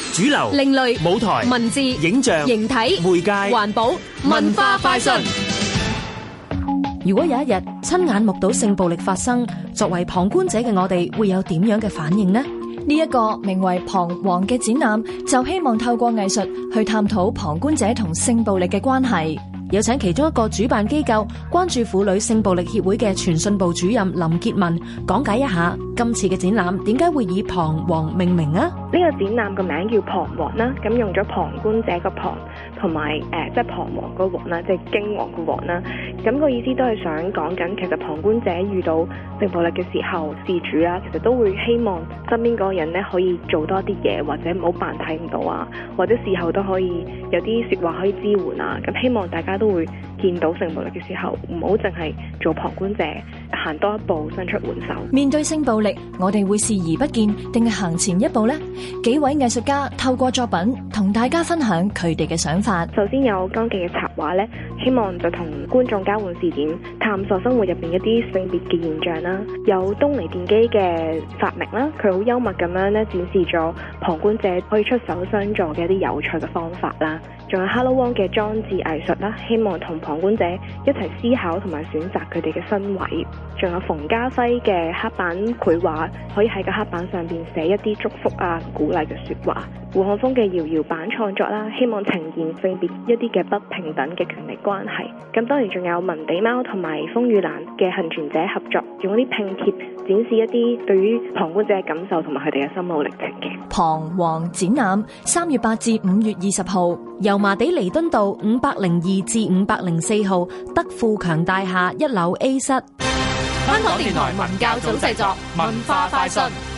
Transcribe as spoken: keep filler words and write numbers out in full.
主流、 另類、 舞台、 文字、 影像、 形體、 媒介、 環保、文化快訊。 如果有一日親眼目睹性暴力發生，作為旁觀者嘅我哋會有點樣嘅反應呢？ 呢一個名為彷徨嘅展覽，就希望透過藝術去探討旁觀者同性暴力嘅關係。 有請其中一個主辦機構關注婦女性暴力協會嘅傳訊部主任林潔文講解一下今次嘅展覽點解會以彷徨命名啊？ 呢個展覽個名叫彷徨啦，咁用咗旁觀者個旁同埋誒即係彷徨個惶啦，即係驚惶個惶啦。咁個意思都係想講緊，其實旁觀者遇到性暴力嘅時候，事主啦，其實都會希望身邊嗰個人咧可以做多啲嘢，或者唔好扮睇唔到啊，或者事後都可以有啲説話可以支援啊。咁希望大家都會見到性暴力嘅時候，唔好淨係做旁觀者，行多一步，伸出援手。 面對性暴力，我哋會視而不見，定係行前一步呢？幾位藝術家透過作品同大家分享佢哋嘅想法。 首先有江記嘅插畫咧，希望就同觀眾交換視點，探索生活入邊一啲性別嘅現象啦。有東尼電機嘅發明啦，佢好幽默咁樣咧展示咗旁觀者可以出手相助嘅一啲有趣嘅方法啦。仲有 Hello Wong 嘅裝置藝術啦，希望同旁觀者一齊思考同埋選擇佢哋嘅身位。仲有馮家輝嘅黑板繪畫，可以喺個黑板上邊寫一啲祝福啊、鼓勵嘅說話。胡漢峰嘅搖搖板創作啦，希望呈現性別一啲嘅不平等嘅權利關係。咁當然仲有文地貓同埋風雨蘭嘅幸存者合作，用一啲拼貼展示一啲對於旁觀者嘅感受同埋佢哋嘅心路歷程嘅。 彷徨展覽三月八至五月二十號， 油麻地彌敦道五百零二至五百零四號德富強大廈一樓 A 室。 香港電台文教組製作，文化快訊。